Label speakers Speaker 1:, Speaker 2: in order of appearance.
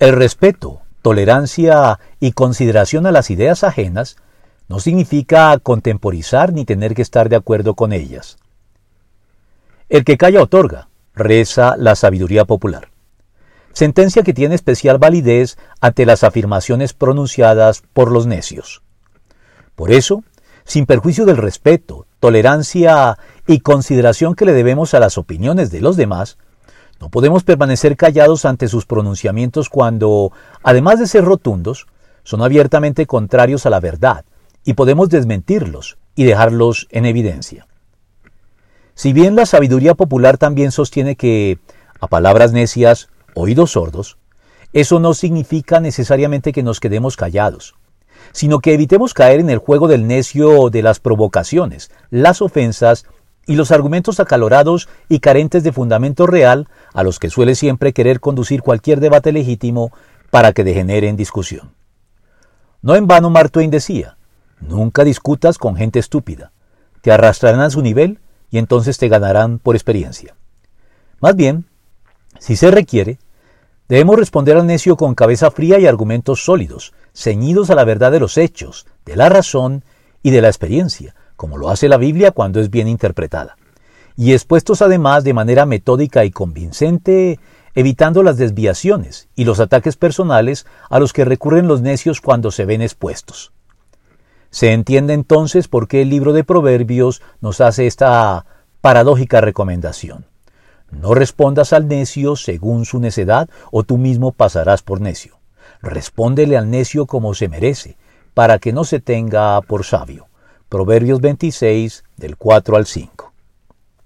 Speaker 1: El respeto, tolerancia y consideración a las ideas ajenas no significa contemporizar ni tener que estar de acuerdo con ellas. El que calla otorga, reza la sabiduría popular. Sentencia que tiene especial validez ante las afirmaciones pronunciadas por los necios. Por eso, sin perjuicio del respeto, tolerancia y consideración que le debemos a las opiniones de los demás, no podemos permanecer callados ante sus pronunciamientos cuando, además de ser rotundos, son abiertamente contrarios a la verdad, y podemos desmentirlos y dejarlos en evidencia. Si bien la sabiduría popular también sostiene que, a palabras necias, oídos sordos, eso no significa necesariamente que nos quedemos callados, sino que evitemos caer en el juego del necio de las provocaciones, las ofensas y los argumentos acalorados y carentes de fundamento real a los que suele siempre querer conducir cualquier debate legítimo para que degenere en discusión. No en vano Mark Twain decía: nunca discutas con gente estúpida, te arrastrarán a su nivel y entonces te ganarán por experiencia. Más bien, si se requiere, debemos responder al necio con cabeza fría y argumentos sólidos, ceñidos a la verdad de los hechos, de la razón y de la experiencia, como lo hace la Biblia cuando es bien interpretada, y expuestos además de manera metódica y convincente, evitando las desviaciones y los ataques personales a los que recurren los necios cuando se ven expuestos. Se entiende entonces por qué el libro de Proverbios nos hace esta paradójica recomendación: no respondas al necio según su necedad, o tú mismo pasarás por necio. Respóndele al necio como se merece, para que no se tenga por sabio. Proverbios 26, del 4 al 5.